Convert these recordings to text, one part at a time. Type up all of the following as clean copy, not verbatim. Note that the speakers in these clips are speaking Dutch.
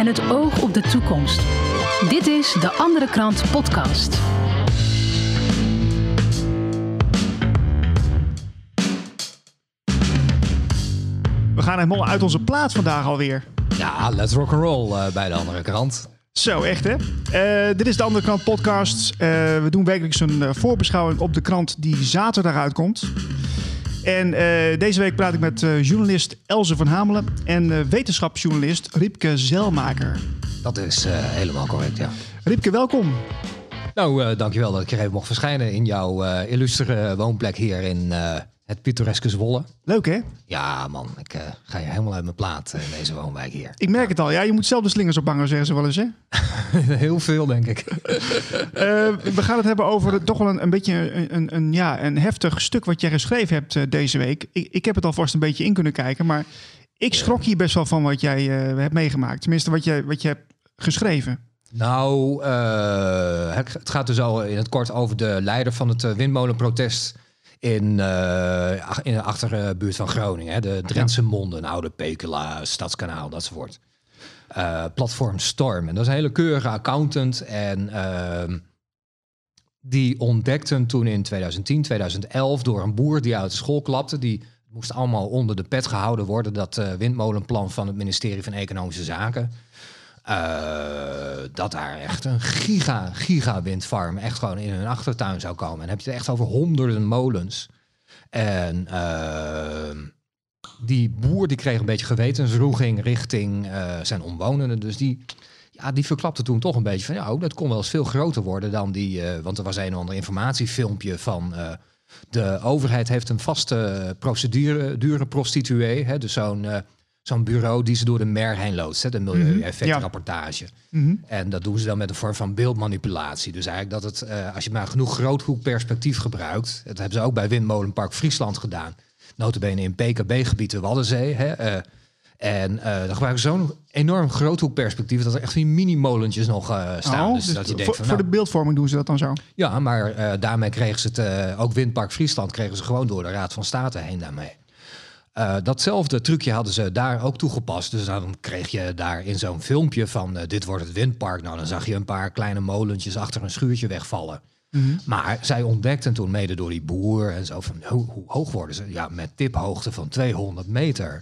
en het oog op de toekomst. Dit is De Andere Krant podcast. We gaan helemaal uit onze plaat vandaag alweer. Ja, let's rock'n'roll bij De Andere Krant. Zo, echt hè? Dit is De Andere Krant podcast. We doen wekelijks een voorbeschouwing op de krant die zaterdag uitkomt. En deze week praat ik met journalist Elze van Hamelen en wetenschapsjournalist Riepke Zelmaker. Dat is helemaal correct, ja. Riepke, welkom. Nou, dankjewel dat ik hier even mocht verschijnen in jouw illustere woonplek hier in het pittoreske Zwolle. Leuk hè? Ja man, ik ga je helemaal uit mijn plaat in deze woonwijk hier. Ik merk het al. Ja, je moet zelf de slingers ophangen, zeggen ze wel eens hè? Heel veel, denk ik. We gaan het hebben over toch wel een beetje een heftig stuk wat jij geschreven hebt deze week. Ik heb het alvast een beetje in kunnen kijken, maar ik schrok hier best wel van wat jij hebt meegemaakt. Tenminste, wat je hebt geschreven. Nou, het gaat dus al in het kort over de leider van het windmolenprotest in de achterbuurt van Groningen. Hè? De Drentse Monden, een oude Pekela, Stadskanaal, dat soort. Platform Storm. En dat is een hele keurige accountant. En die ontdekten toen in 2010, 2011 door een boer die uit de school klapte. Die moest allemaal onder de pet gehouden worden. Dat windmolenplan van het ministerie van Economische Zaken. Dat daar echt een giga windfarm echt gewoon in hun achtertuin zou komen. En dan heb je het echt over honderden molens. En die boer die kreeg een beetje gewetenswroeging richting zijn omwonenden. Dus die verklapte toen toch een beetje van ja, dat kon wel eens veel groter worden dan die. Want er was een of ander informatiefilmpje van de overheid heeft een vaste procedure, dure prostituee. Hè, dus zo'n bureau die ze door de MER heen loodst, de milieueffectrapportage. Mm-hmm. En dat doen ze dan met een vorm van beeldmanipulatie. Dus eigenlijk dat het, als je maar genoeg groothoekperspectief gebruikt, dat hebben ze ook bij Windmolenpark Friesland gedaan, nota bene in PKB-gebied de Waddenzee. Hè, en dan gebruiken ze zo'n enorm groothoekperspectief dat er echt die mini-molentjes nog staan. Dus dat je denkt voor de beeldvorming doen ze dat dan zo? Ja, maar daarmee kregen ze het, ook Windpark Friesland kregen ze gewoon door de Raad van State heen daarmee. Datzelfde trucje hadden ze daar ook toegepast. Dus dan kreeg je daar in zo'n filmpje van dit wordt het windpark. Nou, dan zag je een paar kleine molentjes achter een schuurtje wegvallen. Mm-hmm. Maar zij ontdekten toen mede door die boer en zo van hoe hoog worden ze? Ja, met tiphoogte van 200 meter.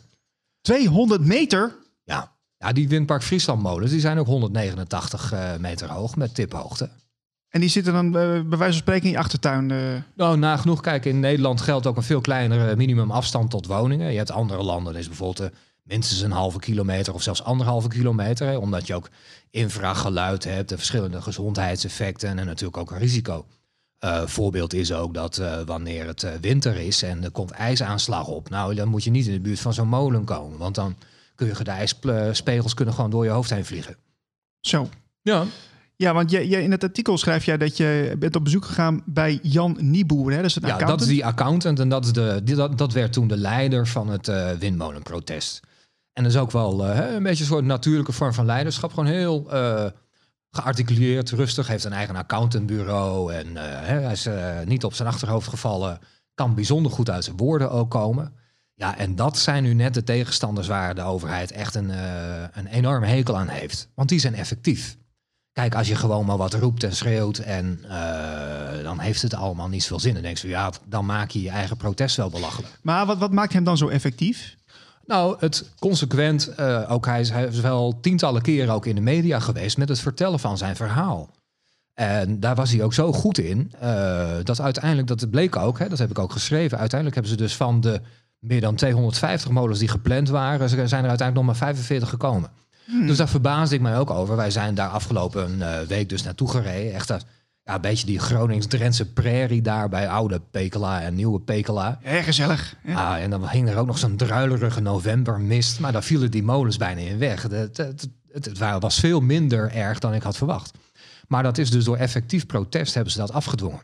200 meter? Ja, die Windpark Friesland molens die zijn ook 189 meter hoog met tiphoogte. En die zitten dan bij wijze van spreken in je achtertuin? Nou, nagenoeg. Kijk, in Nederland geldt ook een veel kleinere minimumafstand tot woningen. Je hebt andere landen, is bijvoorbeeld minstens een halve kilometer of zelfs 1,5 kilometer. Hè, omdat je ook infrageluid hebt, de verschillende gezondheidseffecten en natuurlijk ook een risico. Voorbeeld is ook dat wanneer het winter is en er komt ijsaanslag op. Nou, dan moet je niet in de buurt van zo'n molen komen. Want dan kun je de ijspegels kunnen gewoon door je hoofd heen vliegen. Zo. Ja. Ja, want je in het artikel schrijf jij dat je bent op bezoek gegaan bij Jan Nieboer. Hè? Dat is dat is die accountant en dat werd toen de leider van het windmolenprotest. En dat is ook wel een beetje een soort natuurlijke vorm van leiderschap. Gewoon heel gearticuleerd, rustig, heeft een eigen accountantbureau. En hij is niet op zijn achterhoofd gevallen. Kan bijzonder goed uit zijn woorden ook komen. Ja, en dat zijn nu net de tegenstanders waar de overheid echt een enorme hekel aan heeft. Want die zijn effectief. Kijk, als je gewoon maar wat roept en schreeuwt en dan heeft het allemaal niet zoveel zin. Dan denk je, ja, dan maak je je eigen protest wel belachelijk. Maar wat maakt hem dan zo effectief? Nou, het consequent, ook hij is wel tientallen keren ook in de media geweest met het vertellen van zijn verhaal. En daar was hij ook zo goed in, dat uiteindelijk, dat bleek ook, dat heb ik ook geschreven, uiteindelijk hebben ze dus van de meer dan 250 molens die gepland waren, zijn er uiteindelijk nog maar 45 gekomen. Dus daar verbaasde ik mij ook over. Wij zijn daar afgelopen week dus naartoe gereden. Echt een beetje die Gronings-Drentse prairie daar bij oude Pekela en nieuwe Pekela. Ja, gezellig. Ja. En dan hing er ook nog zo'n druilerige novembermist. Maar daar vielen die molens bijna in weg. Het was veel minder erg dan ik had verwacht. Maar dat is dus door effectief protest hebben ze dat afgedwongen.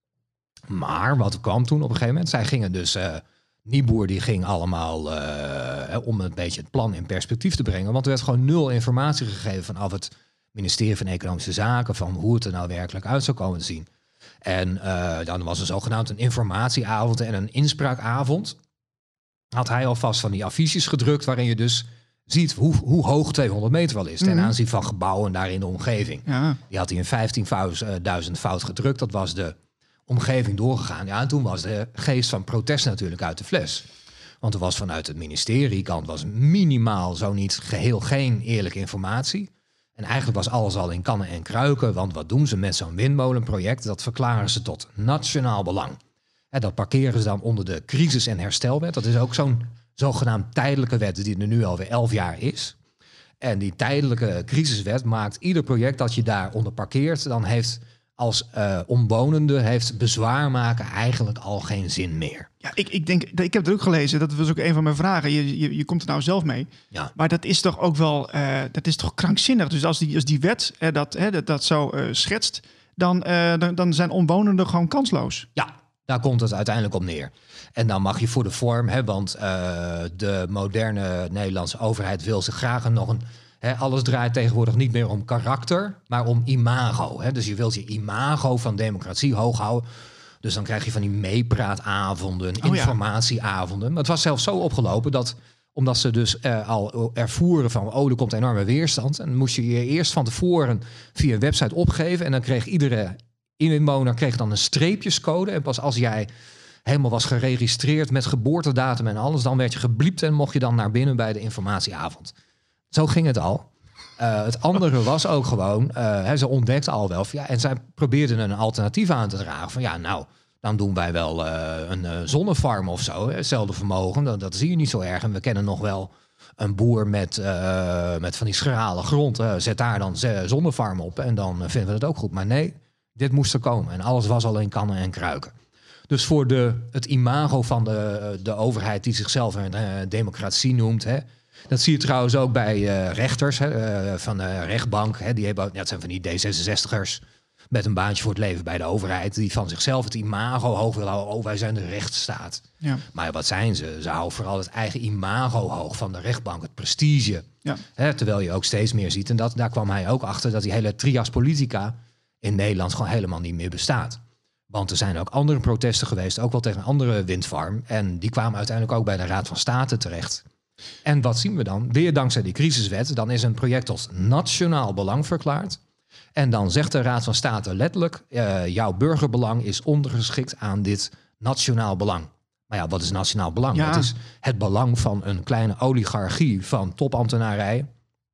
Maar wat kwam toen op een gegeven moment? Zij gingen dus... Nieboer die ging allemaal om een beetje het plan in perspectief te brengen. Want er werd gewoon 0 informatie gegeven vanaf het ministerie van Economische Zaken van hoe het er nou werkelijk uit zou komen te zien. En dan was er zogenaamd een informatieavond en een inspraakavond. Had hij alvast van die affiches gedrukt waarin je dus ziet hoe hoog 200 meter wel is ten aanzien van gebouwen daar in de omgeving. Ja. Die had hij in 15.000 fout gedrukt. Dat was de omgeving doorgegaan. Ja, en toen was de geest van protest natuurlijk uit de fles. Want er was vanuit het ministeriekant was minimaal, zo niet geheel, geen eerlijke informatie. En eigenlijk was alles al in kannen en kruiken. Want wat doen ze met zo'n windmolenproject? Dat verklaren ze tot nationaal belang. En dat parkeren ze dan onder de crisis- en herstelwet. Dat is ook zo'n zogenaamd tijdelijke wet die er nu alweer 11 jaar is. En die tijdelijke crisiswet maakt ieder project dat je daaronder parkeert, dan heeft als omwonende heeft bezwaar maken eigenlijk al geen zin meer. Ja, ik denk, ik heb het ook gelezen. Dat was ook een van mijn vragen. Je komt er nou zelf mee. Ja. Maar dat is toch ook wel, dat is toch krankzinnig. Dus als die wet dat zo schetst, dan zijn omwonenden gewoon kansloos. Ja, daar komt het uiteindelijk op neer. En dan mag je voor de vorm, want de moderne Nederlandse overheid wil zich graag nog een... alles draait tegenwoordig niet meer om karakter, maar om imago. Dus je wilt je imago van democratie hoog houden. Dus dan krijg je van die meepraatavonden, informatieavonden. Maar het was zelfs zo opgelopen dat, omdat ze dus al ervoeren van... er komt enorme weerstand. En dan moest je je eerst van tevoren via een website opgeven. En dan kreeg iedere inwoner dan een streepjescode. En pas als jij helemaal was geregistreerd met geboortedatum en alles, dan werd je gebliept en mocht je dan naar binnen bij de informatieavond. Zo ging het al. Het andere was ook gewoon, ze ontdekten al wel, en zij probeerden een alternatief aan te dragen. Van dan doen wij wel een zonnefarm of zo. Hetzelfde vermogen, dat zie je niet zo erg. En we kennen nog wel een boer met van die schrale grond. Zet daar dan zonnefarm op en dan vinden we het ook goed. Maar nee, dit moest er komen. En alles was al in kannen en kruiken. Dus voor het imago van de overheid die zichzelf een democratie noemt... Dat zie je trouwens ook bij rechters van de rechtbank. Die hebben, het zijn van die D66'ers met een baantje voor het leven bij de overheid... die van zichzelf het imago hoog willen houden. Oh, wij zijn de rechtsstaat. Ja. Maar wat zijn ze? Ze houden vooral het eigen imago hoog van de rechtbank, het prestige. Ja. Terwijl je ook steeds meer ziet, en daar kwam hij ook achter... dat die hele trias politica in Nederland gewoon helemaal niet meer bestaat. Want er zijn ook andere protesten geweest, ook wel tegen een andere windfarm. En die kwamen uiteindelijk ook bij de Raad van State terecht... En wat zien we dan? Weer dankzij die crisiswet. Dan is een project als nationaal belang verklaard. En dan zegt de Raad van State letterlijk... jouw burgerbelang is ondergeschikt aan dit nationaal belang. Maar ja, wat is nationaal belang? Ja. Dat is het belang van een kleine oligarchie van topambtenarij.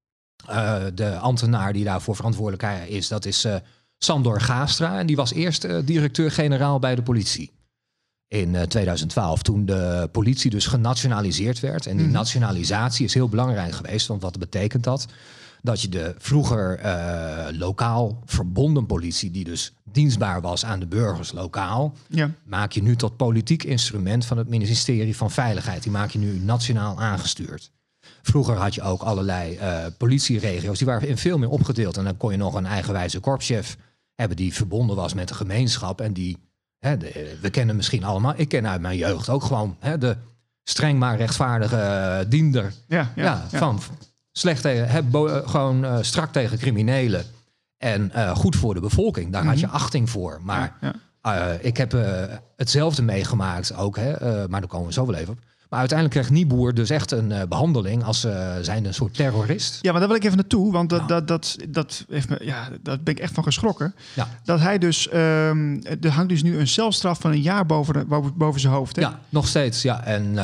De ambtenaar die daarvoor verantwoordelijk is, dat is Sandor Gaastra. En die was eerst directeur-generaal bij de politie. In 2012, toen de politie dus genationaliseerd werd. En die nationalisatie is heel belangrijk geweest. Want wat betekent dat? Dat je de vroeger lokaal verbonden politie... die dus dienstbaar was aan de burgers lokaal... maak je nu tot politiek instrument van het ministerie van Veiligheid. Die maak je nu nationaal aangestuurd. Vroeger had je ook allerlei politieregio's. Die waren in veel meer opgedeeld. En dan kon je nog een eigenwijze korpschef hebben... die verbonden was met de gemeenschap en die... we kennen misschien allemaal, ik ken uit mijn jeugd ook gewoon de streng maar rechtvaardige diender. Van slecht tegen, gewoon strak tegen criminelen en goed voor de bevolking. Daar had je achting voor. Maar ik heb hetzelfde meegemaakt ook, maar daar komen we zo wel even op. Maar uiteindelijk kreeg Nieboer dus echt een behandeling als zijnde een soort terrorist. Ja, maar daar wil ik even naartoe, want dat heeft me, daar ben ik echt van geschrokken. Ja. Dat hij dus, er hangt dus nu een celstraf van 1 jaar boven zijn hoofd. Hè? Ja, nog steeds. Ja. En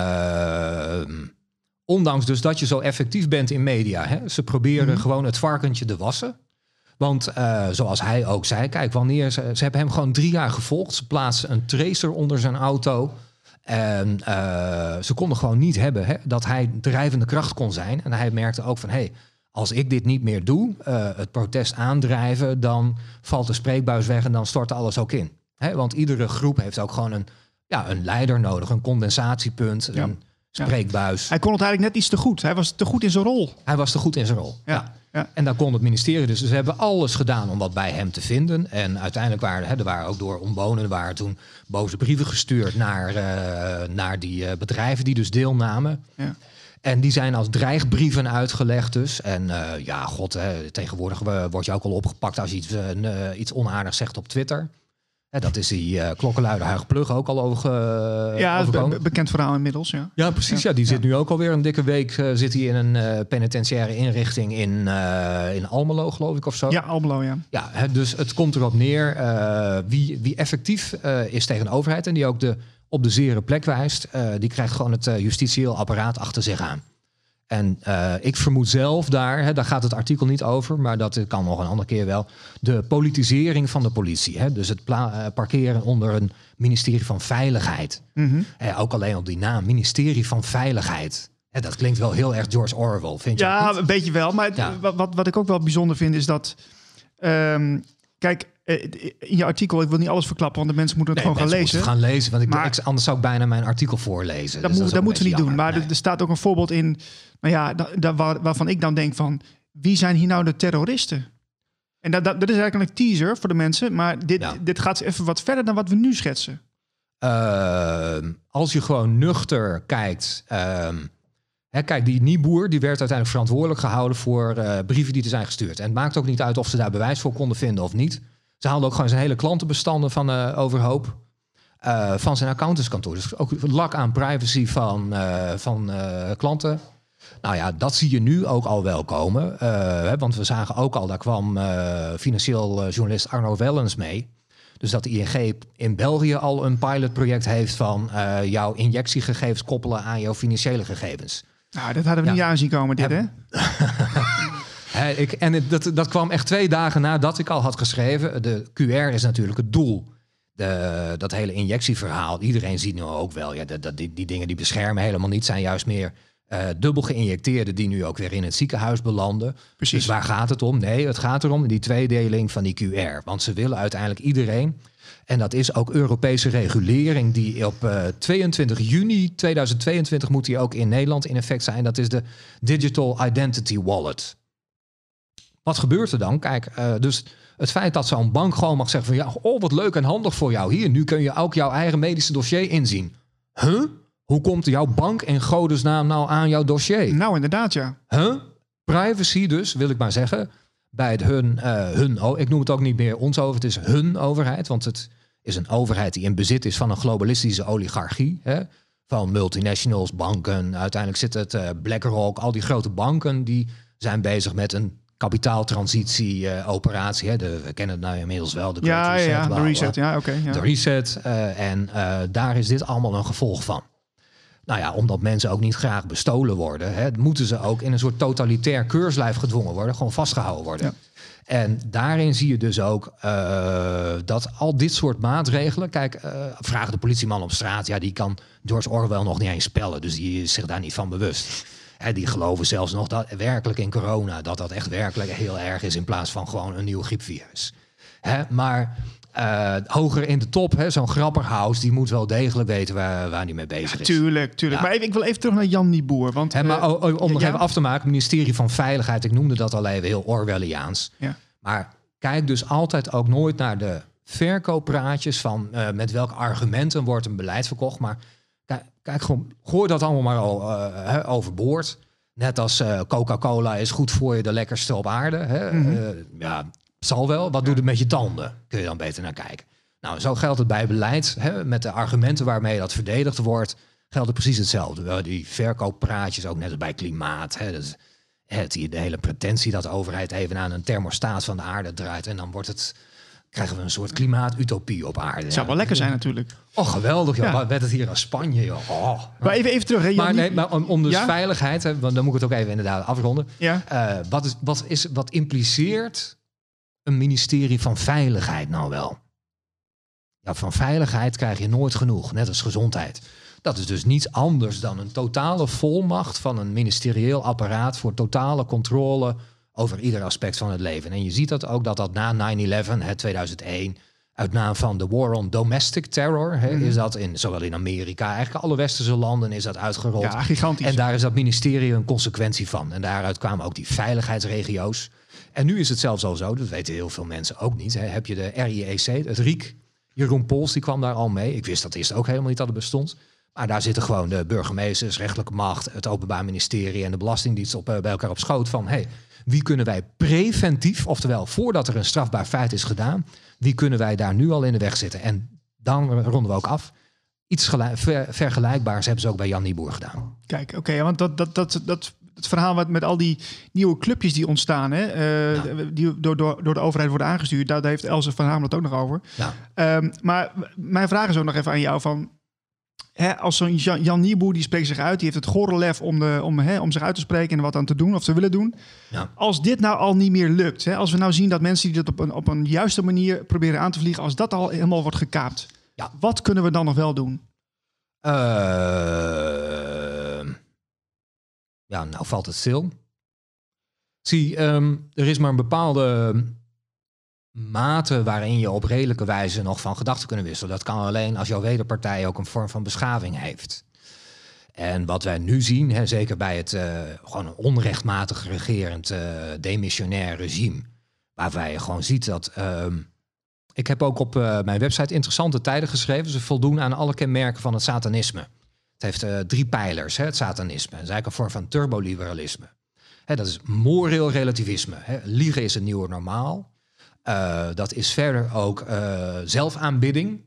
ondanks dus dat je zo effectief bent in media, ze proberen gewoon het varkentje te wassen. Want zoals hij ook zei, kijk, wanneer ze hebben hem gewoon 3 jaar gevolgd. Ze plaatsen een tracer onder zijn auto. En ze konden gewoon niet hebben dat hij drijvende kracht kon zijn. En hij merkte ook van, als ik dit niet meer doe, het protest aandrijven... dan valt de spreekbuis weg en dan stort alles ook in. Want iedere groep heeft ook gewoon een leider nodig, een condensatiepunt, een spreekbuis. Hij kon het eigenlijk net iets te goed. Hij was te goed in zijn rol. Hij was te goed in zijn rol, ja. En daar kon het ministerie dus. Ze hebben alles gedaan om wat bij hem te vinden. En uiteindelijk waren ook door omwonenden toen boze brieven gestuurd naar die bedrijven die dus deelnamen. Ja. En die zijn als dreigbrieven uitgelegd dus. En tegenwoordig word je ook al opgepakt als je iets onaardigs zegt op Twitter. Dat is die klokkenluider Huig Plug ook al overkomen. Bekend verhaal inmiddels. Ja, ja precies. Ja, die zit nu ook alweer een dikke week. Zit hij in een penitentiaire inrichting in Almelo, geloof ik, of zo. Ja, Almelo, ja. Ja, dus het komt erop neer wie effectief is tegen de overheid en die ook op de zere plek wijst, die krijgt gewoon het justitieel apparaat achter zich aan. En ik vermoed zelf daar gaat het artikel niet over, maar dat kan nog een andere keer wel, de politisering van de politie. Dus het parkeren onder een ministerie van Veiligheid. Mm-hmm. Ook alleen op die naam, ministerie van Veiligheid. Dat klinkt wel heel erg George Orwell, vind je? Ja, een beetje wel. Maar wat ik ook wel bijzonder vind is dat... kijk, in je artikel, ik wil niet alles verklappen, want de mensen moeten het gewoon gaan lezen. Gaan lezen, want anders zou ik bijna mijn artikel voorlezen. Dat moeten we niet doen. Maar er staat ook een voorbeeld in, waarvan ik dan denk van, wie zijn hier nou de terroristen? En dat is eigenlijk een teaser voor de mensen, maar dit gaat even wat verder dan wat we nu schetsen. Als je gewoon nuchter kijkt... kijk, die Nieboer die werd uiteindelijk verantwoordelijk gehouden voor brieven die te zijn gestuurd. En het maakt ook niet uit of ze daar bewijs voor konden vinden of niet. Ze haalden ook gewoon zijn hele klantenbestanden van overhoop. Van zijn accountantskantoor. Dus ook lak aan privacy van klanten. Nou ja, dat zie je nu ook al wel komen. Want we zagen ook al, daar kwam financieel journalist Arno Wellens mee. Dus dat de ING in België al een pilotproject heeft van jouw injectiegegevens koppelen aan jouw financiële gegevens. Nou, dat hadden we niet aanzien komen, dit, hè? Dat kwam echt 2 dagen nadat ik al had geschreven. De QR is natuurlijk het doel. Dat hele injectieverhaal. Iedereen ziet nu ook wel. Ja, die dingen die beschermen helemaal niet. Zijn juist meer dubbel geïnjecteerden die nu ook weer in het ziekenhuis belanden. Precies. Dus waar gaat het om? Nee, het gaat erom die tweedeling van die QR. Want ze willen uiteindelijk iedereen... En dat is ook Europese regulering die op 22 juni 2022 moet die ook in Nederland in effect zijn. Dat is de Digital Identity Wallet. Wat gebeurt er dan? Kijk, dus het feit dat zo'n bank gewoon mag zeggen van ja, wat leuk en handig voor jou. Hier, nu kun je ook jouw eigen medische dossier inzien. Huh? Hoe komt jouw bank in godesnaam nou aan jouw dossier? Nou, inderdaad, ja. Huh? Privacy dus, wil ik maar zeggen. Bij ik noem het ook niet meer ons over, het is hun overheid. Want het is een overheid die in bezit is van een globalistische oligarchie. Van multinationals, banken. Uiteindelijk zit het BlackRock, al die grote banken... die zijn bezig met een kapitaaltransitie-operatie. We kennen het nou inmiddels wel. De Reset. De Reset. En daar is dit allemaal een gevolg van. Nou ja, omdat mensen ook niet graag bestolen worden... moeten ze ook in een soort totalitair keurslijf gedwongen worden. Gewoon vastgehouden worden. Ja. En daarin zie je dus ook dat al dit soort maatregelen... Kijk, vragen de politieman op straat... ja, die kan George Orwell nog niet eens spellen. Dus die is zich daar niet van bewust. Die geloven zelfs nog dat werkelijk in corona... dat echt werkelijk heel erg is... in plaats van gewoon een nieuw griepvirus. Maar... hoger in de top, zo'n Grapperhaus... die moet wel degelijk weten waar hij mee bezig is. Tuurlijk. Ja. Maar ik wil even terug naar Jan Nieboer. Want, om nog even af te maken... ministerie van Veiligheid, ik noemde dat al even heel Orwelliaans. Ja. Maar kijk dus altijd ook nooit naar de verkooppraatjes... van met welke argumenten wordt een beleid verkocht. Maar kijk gewoon, gooi dat allemaal maar overboord. Net als Coca-Cola is goed voor je, de lekkerste op aarde. Mm-hmm. Zal wel. Wat doet het met je tanden? Kun je dan beter naar kijken. Nou, zo geldt het bij beleid. Met de argumenten waarmee dat verdedigd wordt... geldt het precies hetzelfde. Die verkooppraatjes, ook net als bij klimaat. De hele pretentie dat de overheid even aan een thermostaat van de aarde draait... en dan krijgen we een soort klimaatutopie op aarde. Het zou wel lekker zijn natuurlijk. Oh, geweldig. Joh. Ja. Werd het hier als Spanje, joh. Oh. Maar even terug. Hè, maar om dus veiligheid... want dan moet ik het ook even inderdaad afronden. Ja. Wat impliceert... een ministerie van Veiligheid nou wel? Ja, van veiligheid krijg je nooit genoeg, net als gezondheid. Dat is dus niets anders dan een totale volmacht van een ministerieel apparaat... voor totale controle over ieder aspect van het leven. En je ziet dat ook dat na 9/11, 2001... uit naam van de War on Domestic Terror... is dat zowel in Amerika, eigenlijk alle westerse landen is dat uitgerold. Ja, gigantisch. En daar is dat ministerie een consequentie van. En daaruit kwamen ook die veiligheidsregio's. En nu is het zelfs al zo, dat weten heel veel mensen ook niet. Heb je de RIEC, het RIEK. Jeroen Pols, die kwam daar al mee. Ik wist dat eerst ook helemaal niet dat het bestond. Maar daar zitten gewoon de burgemeesters, rechterlijke macht, het Openbaar Ministerie en de Belastingdienst bij elkaar op schoot van wie kunnen wij preventief, oftewel voordat er een strafbaar feit is gedaan, wie kunnen wij daar nu al in de weg zitten? En dan ronden we ook af. Iets vergelijkbaars hebben ze ook bij Jan Nieboer gedaan. Kijk, oké, want dat het verhaal met al die nieuwe clubjes die ontstaan, die door de overheid worden aangestuurd, daar heeft Else van Hamelen het ook nog over. Ja. Maar mijn vraag is ook nog even aan jou van, als zo'n Jan Nieboer, die spreekt zich uit, die heeft het gore lef om zich uit te spreken en wat aan te doen of te willen doen. Ja. Als dit nou al niet meer lukt, als we nou zien dat mensen die dat op een juiste manier proberen aan te vliegen, als dat al helemaal wordt gekaapt, wat kunnen we dan nog wel doen? Nou valt het stil. Zie, er is maar een bepaalde mate waarin je op redelijke wijze nog van gedachten kunnen wisselen. Dat kan alleen als jouw wederpartij ook een vorm van beschaving heeft. En wat wij nu zien, zeker bij het gewoon een onrechtmatig regerend demissionair regime, waarbij je gewoon ziet dat ik heb ook op mijn website interessante tijden geschreven. Ze voldoen aan alle kenmerken van het satanisme. Het heeft 3 pijlers, het satanisme. Dat is eigenlijk een vorm van turboliberalisme. Dat is moreel relativisme. Liegen is het nieuwe normaal. Dat is verder ook zelfaanbidding.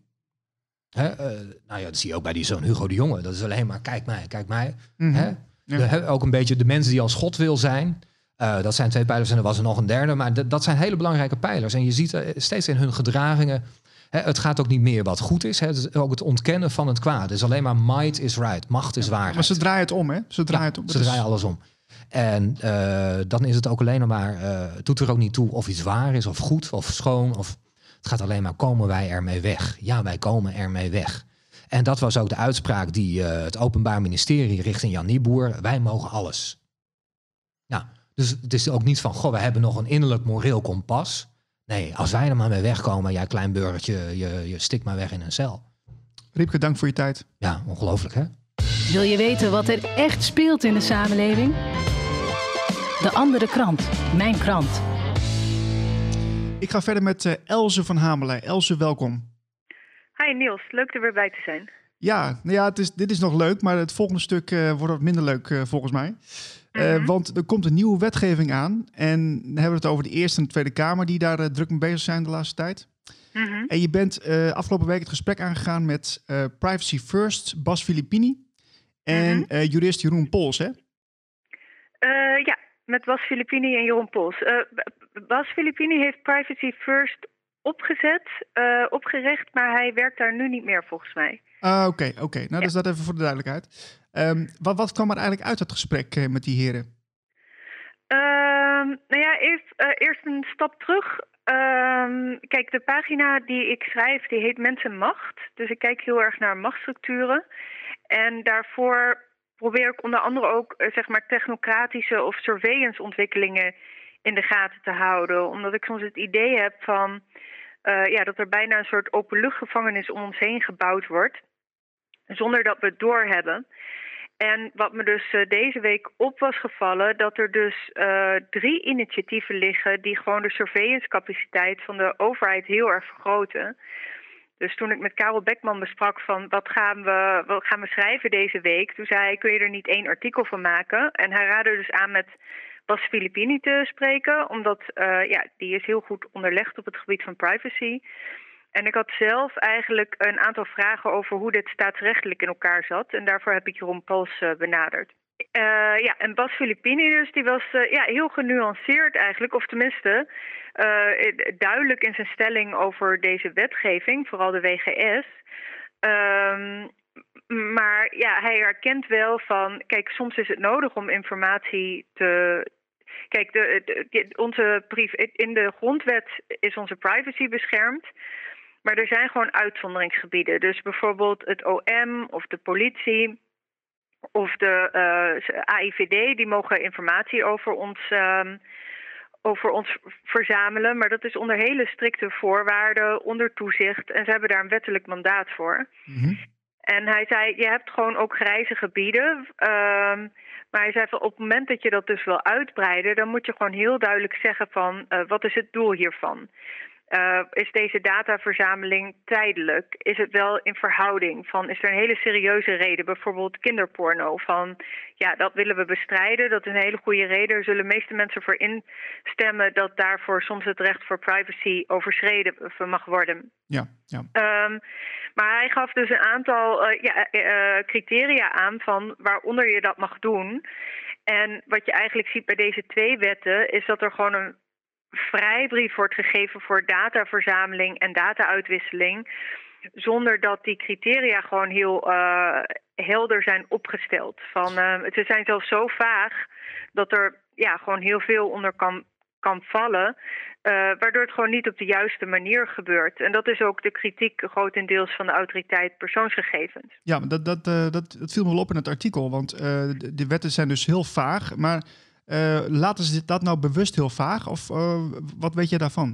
Dat zie je ook bij die zoon Hugo de Jonge. Dat is alleen maar kijk mij. Mm-hmm. Ook een beetje de mens die als God wil zijn. Dat zijn 2 pijlers en er was er nog een derde. Maar dat zijn hele belangrijke pijlers. En je ziet steeds in hun gedragingen, het gaat ook niet meer wat goed is. Het is ook het ontkennen van het kwaad. Het is alleen maar might is right. Macht is waarheid. Maar ze draaien het om, hè? Ze draaien alles om. En dan is het ook alleen maar, het doet er ook niet toe of iets waar is of goed of schoon. Of het gaat alleen maar, komen wij ermee weg? Ja, wij komen ermee weg. En dat was ook de uitspraak die het Openbaar Ministerie richting Jan Nieboer. Wij mogen alles. Nou, dus het is ook niet van, we hebben nog een innerlijk moreel kompas. Nee, als wij er maar mee wegkomen, jij klein burgertje, je stikt maar weg in een cel. Riepke, dank voor je tijd. Ja, ongelooflijk hè? Wil je weten wat er echt speelt in de samenleving? De Andere Krant, mijn krant. Ik ga verder met Else van Hamelen. Else, welkom. Hi Niels, leuk er weer bij te zijn. Ja, dit is nog leuk, maar het volgende stuk wordt wat minder leuk volgens mij. Want er komt een nieuwe wetgeving aan. En dan hebben we het over de Eerste en de Tweede Kamer die daar druk mee bezig zijn de laatste tijd. Mm-hmm. En je bent afgelopen week het gesprek aangegaan met Privacy First, Bas Filippini en jurist Jeroen Pols, hè? Ja, met Bas Filippini en Jeroen Pols. Bas Filippini heeft Privacy First opgericht, maar hij werkt daar nu niet meer volgens mij. Oké. Nou, dus dat even voor de duidelijkheid. Wat kwam er eigenlijk uit het gesprek met die heren? Eerst een stap terug. Kijk, de pagina die ik schrijf, die heet Mensenmacht. Dus ik kijk heel erg naar machtsstructuren. En daarvoor probeer ik onder andere ook technocratische of surveillance-ontwikkelingen in de gaten te houden. Omdat ik soms het idee heb van dat er bijna een soort openluchtgevangenis om ons heen gebouwd wordt, zonder dat we het doorhebben. En wat me dus deze week op was gevallen, dat er dus 3 initiatieven liggen die gewoon de surveillance-capaciteit van de overheid heel erg vergroten. Dus toen ik met Karel Beckman besprak van wat gaan we schrijven deze week, toen zei hij, kun je er niet 1 artikel van maken? En hij raadde dus aan met Bas Filippini te spreken, omdat die is heel goed onderlegd op het gebied van privacy. En ik had zelf eigenlijk een aantal vragen over hoe dit staatsrechtelijk in elkaar zat. En daarvoor heb ik Jeroen Pols benaderd. En Bas Filippini dus, die was heel genuanceerd eigenlijk. Of tenminste duidelijk in zijn stelling over deze wetgeving, vooral de WGS. Maar hij herkent wel van, kijk, soms is het nodig om informatie te... Kijk, in de grondwet is onze privacy beschermd. Maar er zijn gewoon uitzonderingsgebieden. Dus bijvoorbeeld het OM of de politie of de AIVD, die mogen informatie over ons verzamelen. Maar dat is onder hele strikte voorwaarden, onder toezicht. En ze hebben daar een wettelijk mandaat voor. Mm-hmm. En hij zei, je hebt gewoon ook grijze gebieden. Maar hij zei van, op het moment dat je dat dus wil uitbreiden, dan moet je gewoon heel duidelijk zeggen van, wat is het doel hiervan? Is deze dataverzameling tijdelijk? Is het wel in verhouding? Is er een hele serieuze reden? Bijvoorbeeld kinderporno. Dat willen we bestrijden. Dat is een hele goede reden. Er zullen de meeste mensen voor instemmen dat daarvoor soms het recht voor privacy overschreden mag worden. Ja. Maar hij gaf dus een aantal criteria aan van waaronder je dat mag doen. En wat je eigenlijk ziet bij deze 2 wetten is dat er gewoon een vrijbrief wordt gegeven voor dataverzameling en data-uitwisseling, zonder dat die criteria gewoon heel helder zijn opgesteld. Ze zijn zelfs zo vaag dat er gewoon heel veel onder kan vallen, waardoor het gewoon niet op de juiste manier gebeurt. En dat is ook de kritiek grotendeels van de autoriteit persoonsgegevens. Ja, dat viel me wel op in het artikel, want de wetten zijn dus heel vaag, maar laten ze dat nou bewust heel vaag? Of wat weet je daarvan?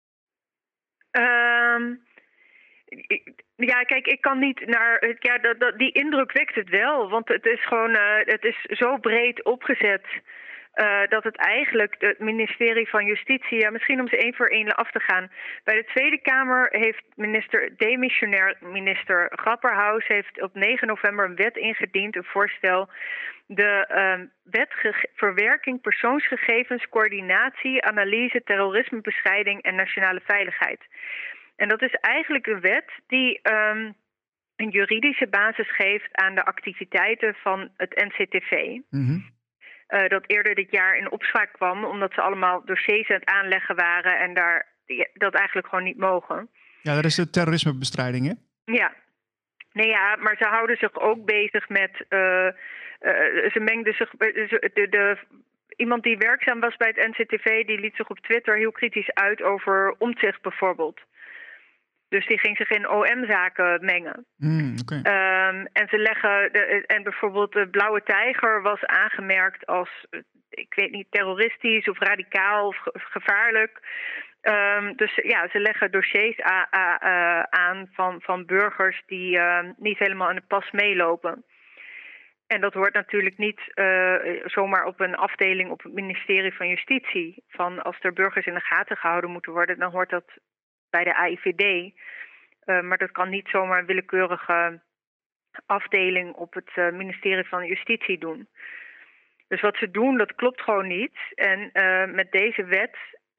Kijk, ik kan niet naar... die indruk wekt het wel, want het is gewoon... het is zo breed opgezet dat het eigenlijk het ministerie van Justitie... misschien om ze 1 voor 1 af te gaan. Bij de Tweede Kamer heeft demissionair minister Grapperhaus heeft op 9 november een wet ingediend, een voorstel. De wet verwerking persoonsgegevens, coördinatie, analyse, terrorismebestrijding en nationale veiligheid. En dat is eigenlijk een wet die een juridische basis geeft aan de activiteiten van het NCTV. Mm-hmm. Dat eerder dit jaar in opspraak kwam, omdat ze allemaal dossiers aan het aanleggen waren en dat eigenlijk gewoon niet mogen. Ja, dat is de terrorismebestrijding, hè? Ja. Nee, ja, maar ze houden zich ook bezig met... ze mengden zich... Iemand die werkzaam was bij het NCTV, die liet zich op Twitter heel kritisch uit over Omtzigt bijvoorbeeld. Dus die ging zich in OM-zaken mengen. Okay. En ze leggen... En bijvoorbeeld de Blauwe Tijger was aangemerkt als... ik weet niet, terroristisch of radicaal of gevaarlijk. Dus ja, ze leggen dossiers aan van burgers die niet helemaal in de pas meelopen. En dat hoort natuurlijk niet zomaar op een afdeling op het ministerie van Justitie. Als er burgers in de gaten gehouden moeten worden, dan hoort dat bij de AIVD. Maar dat kan niet zomaar een willekeurige afdeling op het ministerie van Justitie doen. Dus wat ze doen, dat klopt gewoon niet. En met deze wet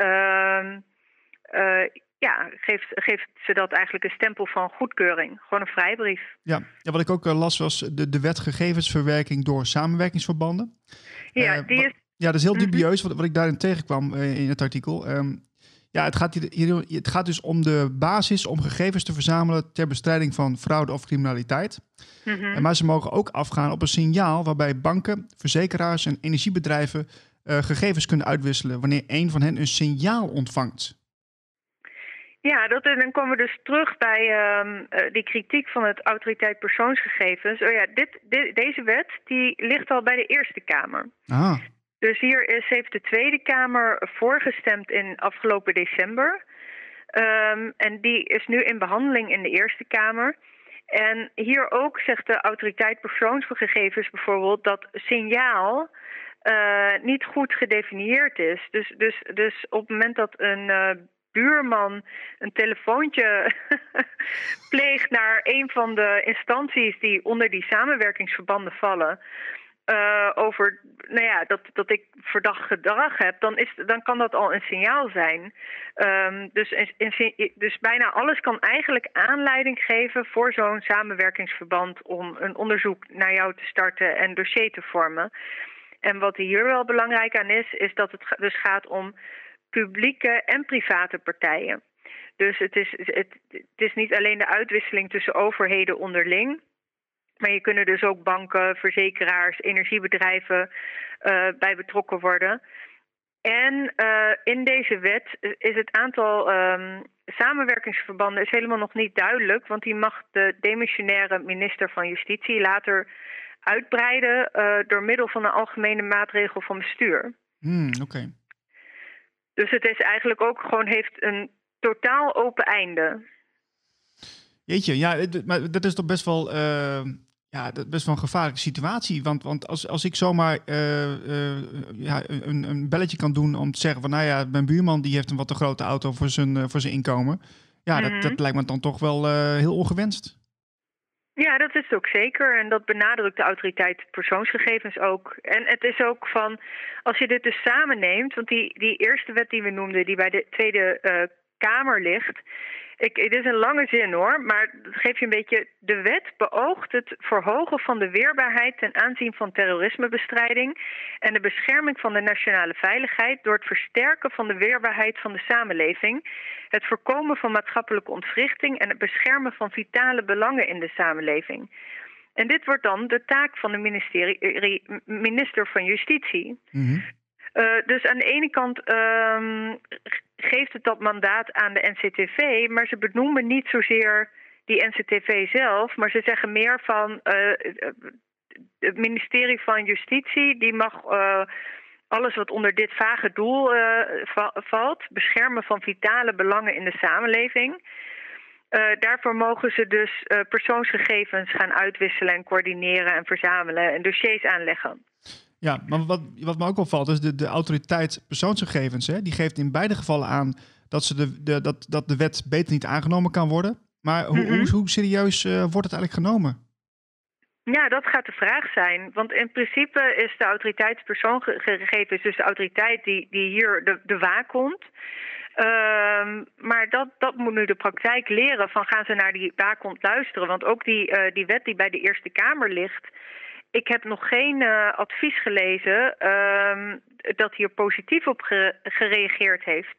geeft ze dat eigenlijk een stempel van goedkeuring. Gewoon een vrijbrief. Ja, wat ik ook las was de wet gegevensverwerking door samenwerkingsverbanden. Ja, die is... Ja, dat is heel dubieus wat ik daarin tegenkwam in het artikel. Het gaat dus om de basis om gegevens te verzamelen ter bestrijding van fraude of criminaliteit. Mm-hmm. Maar ze mogen ook afgaan op een signaal waarbij banken, verzekeraars en energiebedrijven gegevens kunnen uitwisselen wanneer een van hen een signaal ontvangt. Ja, dan komen we dus terug bij die kritiek van het autoriteit persoonsgegevens. Deze wet die ligt al bij de Eerste Kamer. Ah. Dus heeft de Tweede Kamer voorgestemd in afgelopen december. En die is nu in behandeling in de Eerste Kamer. En hier ook zegt de autoriteit persoonsgegevens bijvoorbeeld dat signaal niet goed gedefinieerd is. Dus op het moment dat een buurman een telefoontje pleegt naar een van de instanties die onder die samenwerkingsverbanden vallen, over dat ik verdacht gedrag heb, dan kan dat al een signaal zijn. Dus bijna alles kan eigenlijk aanleiding geven voor zo'n samenwerkingsverband om een onderzoek naar jou te starten en dossier te vormen. En wat hier wel belangrijk aan is dat het dus gaat om publieke en private partijen. Dus het is niet alleen de uitwisseling tussen overheden onderling, maar je kunnen dus ook banken, verzekeraars, energiebedrijven bij betrokken worden. En in deze wet is het aantal samenwerkingsverbanden is helemaal nog niet duidelijk, want die mag de demissionaire minister van Justitie later uitbreiden door middel van een algemene maatregel van bestuur. Oké. Dus het is eigenlijk ook gewoon heeft een totaal open einde. Jeetje, ja, maar dat is toch best wel Ja, dat is best wel een gevaarlijke situatie. Want als ik zomaar een belletje kan doen om te zeggen van... nou ja, mijn buurman die heeft een wat te grote auto voor zijn inkomen. Ja, dat lijkt me dan toch wel heel ongewenst. Ja, dat is het ook zeker. En dat benadrukt de autoriteit persoonsgegevens ook. En het is ook van, als je dit dus samen neemt... want die eerste wet die we noemden, die bij de Tweede Kamer ligt... Het is een lange zin hoor, maar dat geeft je een beetje... De wet beoogt het verhogen van de weerbaarheid ten aanzien van terrorismebestrijding... en de bescherming van de nationale veiligheid... door het versterken van de weerbaarheid van de samenleving... het voorkomen van maatschappelijke ontwrichting... en het beschermen van vitale belangen in de samenleving. En dit wordt dan de taak van de minister van Justitie... Mm-hmm. Dus aan de ene kant geeft het dat mandaat aan de NCTV... maar ze benoemen niet zozeer die NCTV zelf... maar ze zeggen meer van het ministerie van Justitie... die mag alles wat onder dit vage doel valt... beschermen van vitale belangen in de samenleving... daarvoor mogen ze dus persoonsgegevens gaan uitwisselen en coördineren en verzamelen... en dossiers aanleggen. Ja, maar wat me ook opvalt is de autoriteit persoonsgegevens. Hè, die geeft in beide gevallen aan dat dat de wet beter niet aangenomen kan worden. Maar hoe serieus wordt het eigenlijk genomen? Ja, dat gaat de vraag zijn. Want in principe is de autoriteit persoonsgegevens dus de autoriteit die hier de waakhond. Maar dat moet nu de praktijk leren. Van gaan ze naar die waakhond luisteren? Want ook die wet die bij de Eerste Kamer ligt... Ik heb nog geen advies gelezen dat hier positief op gereageerd heeft.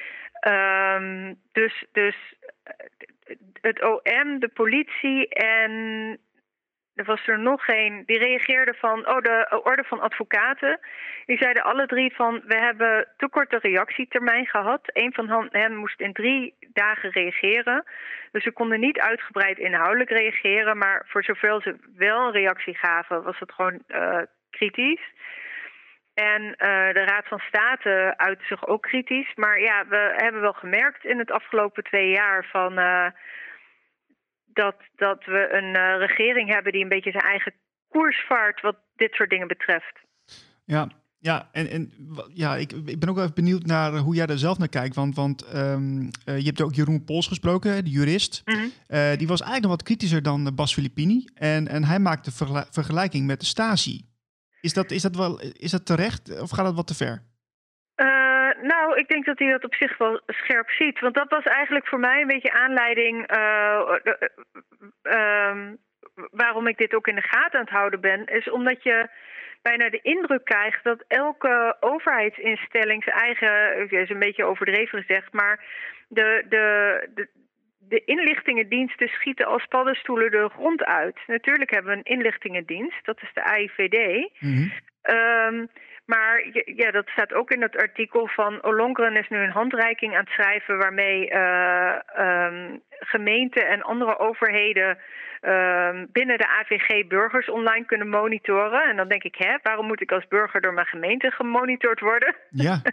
Dus het OM, de politie en er was er nog één. Die reageerde van de Orde van Advocaten. Die zeiden alle drie van we hebben te korte reactietermijn gehad. Een van hen moest in 3 dagen reageren. Dus ze konden niet uitgebreid inhoudelijk reageren. Maar voor zoveel ze wel een reactie gaven was het gewoon kritisch. En de Raad van State uitte zich ook kritisch. Maar ja, we hebben wel gemerkt in het afgelopen 2 jaar van... Dat we een regering hebben die een beetje zijn eigen koers vaart wat dit soort dingen betreft. Ja, ik ben ook even benieuwd naar hoe jij daar zelf naar kijkt. Want je hebt ook Jeroen Pols gesproken, de jurist. Mm-hmm. Die was eigenlijk nog wat kritischer dan Bas Filippini. En hij maakte vergelijking met de Stasi. Is dat terecht of gaat dat wat te ver? Nou, ik denk dat hij dat op zich wel scherp ziet. Want dat was eigenlijk voor mij een beetje aanleiding... waarom ik dit ook in de gaten aan het houden ben... is omdat je bijna de indruk krijgt dat elke overheidsinstelling zijn eigen... is een beetje overdreven gezegd, maar de inlichtingendiensten schieten als paddenstoelen de grond uit. Natuurlijk hebben we een inlichtingendienst, dat is de AIVD... Mm-hmm. Maar ja, dat staat ook in het artikel van Ollongren is nu een handreiking aan het schrijven waarmee gemeenten en andere overheden binnen de AVG burgers online kunnen monitoren. En dan denk ik, waarom moet ik als burger door mijn gemeente gemonitord worden? Ja.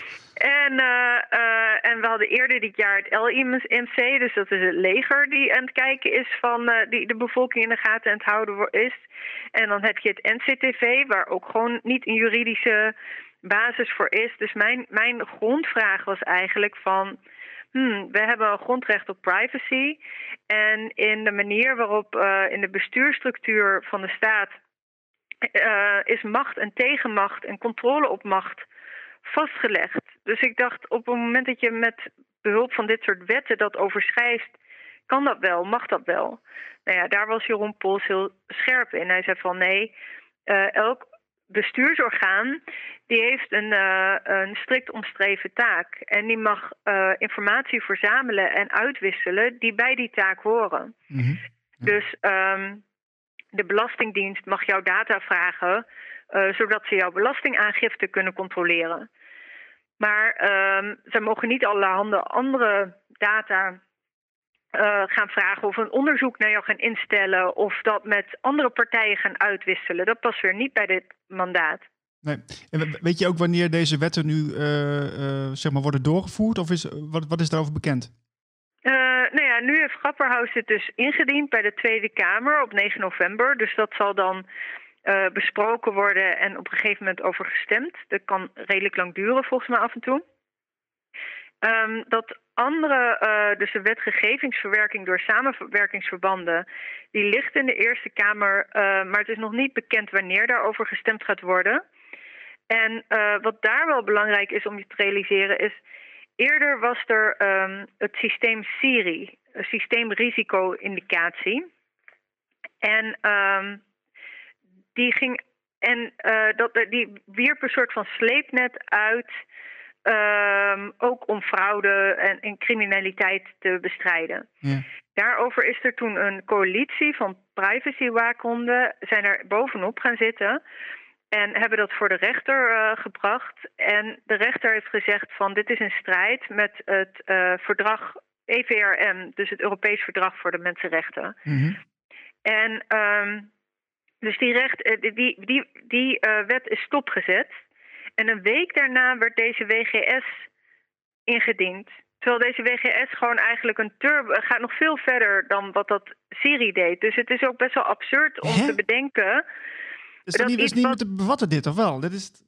En we hadden eerder dit jaar het LIMC, dus dat is het leger die aan het kijken is van die de bevolking in de gaten aan het houden is. En dan heb je het NCTV, waar ook gewoon niet een juridische basis voor is. Dus mijn grondvraag was eigenlijk van... we hebben een grondrecht op privacy. En in de manier waarop in de bestuursstructuur van de staat... is macht en tegenmacht en controle op macht vastgelegd. Dus ik dacht, op het moment dat je met behulp van dit soort wetten dat overschrijft... kan dat wel, mag dat wel? Nou ja, daar was Jeroen Pols heel scherp in. Hij zei van nee, elk bestuursorgaan die heeft een strikt omschreven taak. En die mag informatie verzamelen en uitwisselen die bij die taak horen. Mm-hmm. Dus de Belastingdienst mag jouw data vragen... zodat ze jouw belastingaangifte kunnen controleren. Maar zij mogen niet allerhande andere data gaan vragen... of een onderzoek naar jou gaan instellen... of dat met andere partijen gaan uitwisselen. Dat past weer niet bij dit mandaat. Nee. En weet je ook wanneer deze wetten nu worden doorgevoerd? Of wat is daarover bekend? Nou ja, nu heeft Grapperhaus het dus ingediend bij de Tweede Kamer op 9 november. Dus dat zal dan besproken worden en op een gegeven moment over gestemd. Dat kan redelijk lang duren volgens mij af en toe. Dat andere, dus de wet gegevingsverwerking door samenwerkingsverbanden, die ligt in de Eerste Kamer, maar het is nog niet bekend wanneer daarover gestemd gaat worden. En wat daar wel belangrijk is om je te realiseren is, eerder was er het systeem SIRI, systeemrisico-indicatie. En die wierp een soort van sleepnet uit, ook om fraude en criminaliteit te bestrijden. Ja. Daarover is er toen een coalitie van privacywaakhondenden, zijn er bovenop gaan zitten en hebben dat voor de rechter gebracht. En de rechter heeft gezegd van dit is een strijd met het verdrag EVRM, dus het Europees Verdrag voor de Mensenrechten. Mm-hmm. En dus die wet is stopgezet. En een week daarna werd deze WGS ingediend. Terwijl deze WGS gewoon eigenlijk gaat nog veel verder dan wat dat SIRI deed. Dus het is ook best wel absurd om te bedenken. Dus dat is niet te bevatten dit, of wel? Dat is...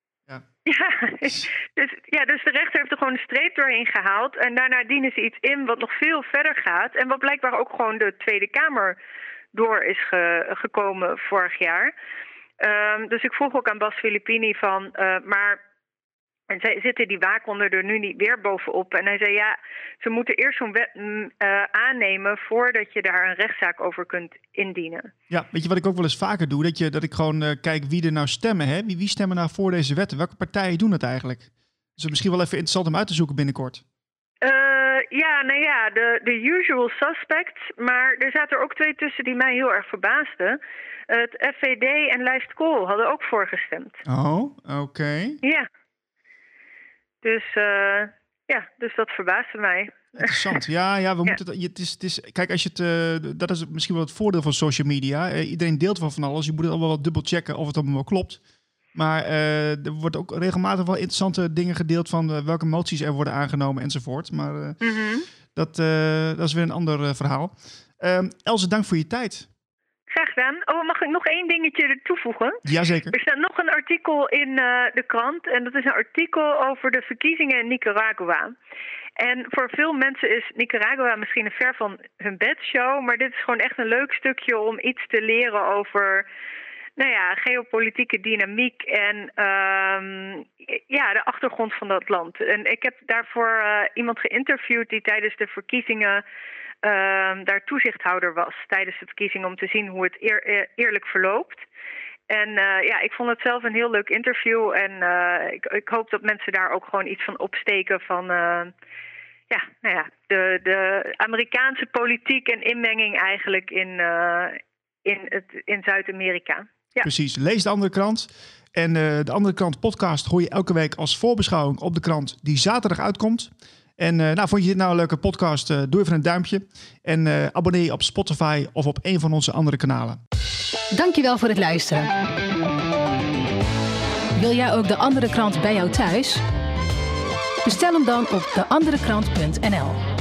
Ja, dus de rechter heeft er gewoon een streep doorheen gehaald. En daarna dienen ze iets in wat nog veel verder gaat. En wat blijkbaar ook gewoon de Tweede Kamer door is gekomen vorig jaar. Dus ik vroeg ook aan Bas Filippini van, maar zitten die waakhonden er nu niet weer bovenop? En hij zei, ja, ze moeten eerst zo'n wet aannemen voordat je daar een rechtszaak over kunt indienen. Ja, weet je wat ik ook wel eens vaker doe? Dat ik gewoon kijk wie er nou stemmen. Hè? Wie stemmen nou voor deze wetten? Welke partijen doen het eigenlijk? Dus misschien wel even interessant om uit te zoeken binnenkort. De usual suspects. Maar er zaten er ook 2 tussen die mij heel erg verbaasden. Het FVD en Lijst Kool hadden ook voorgestemd. Oh, oké. Ja. Dus dat verbaasde mij. Interessant. Ja, we moeten het is kijk, als je het, dat is misschien wel het voordeel van social media. Iedereen deelt van alles. Je moet het allemaal wel dubbel checken of het allemaal wel klopt. Maar er wordt ook regelmatig wel interessante dingen gedeeld van welke moties er worden aangenomen enzovoort. Maar dat is weer een ander verhaal. Else, dank voor je tijd. Graag gedaan. Oh, mag ik nog 1 dingetje toevoegen? Jazeker. Er staat nog een artikel in de krant. En dat is een artikel over de verkiezingen in Nicaragua. En voor veel mensen is Nicaragua misschien een ver van hun bedshow. Maar dit is gewoon echt een leuk stukje om iets te leren over geopolitieke dynamiek en de achtergrond van dat land. En ik heb daarvoor iemand geïnterviewd die tijdens de verkiezingen daar toezichthouder was. Tijdens de verkiezingen om te zien hoe het eerlijk verloopt. En ik vond het zelf een heel leuk interview. En ik hoop dat mensen daar ook gewoon iets van opsteken van de Amerikaanse politiek en inmenging eigenlijk in Zuid-Amerika. Ja. Precies. Lees de andere krant. En de andere krant podcast hoor je elke week als voorbeschouwing op de krant die zaterdag uitkomt. En vond je dit nou een leuke podcast? Doe even een duimpje. En abonneer je op Spotify of op een van onze andere kanalen. Dankjewel voor het luisteren. Wil jij ook de andere krant bij jou thuis? Bestel hem dan op deanderekrant.nl.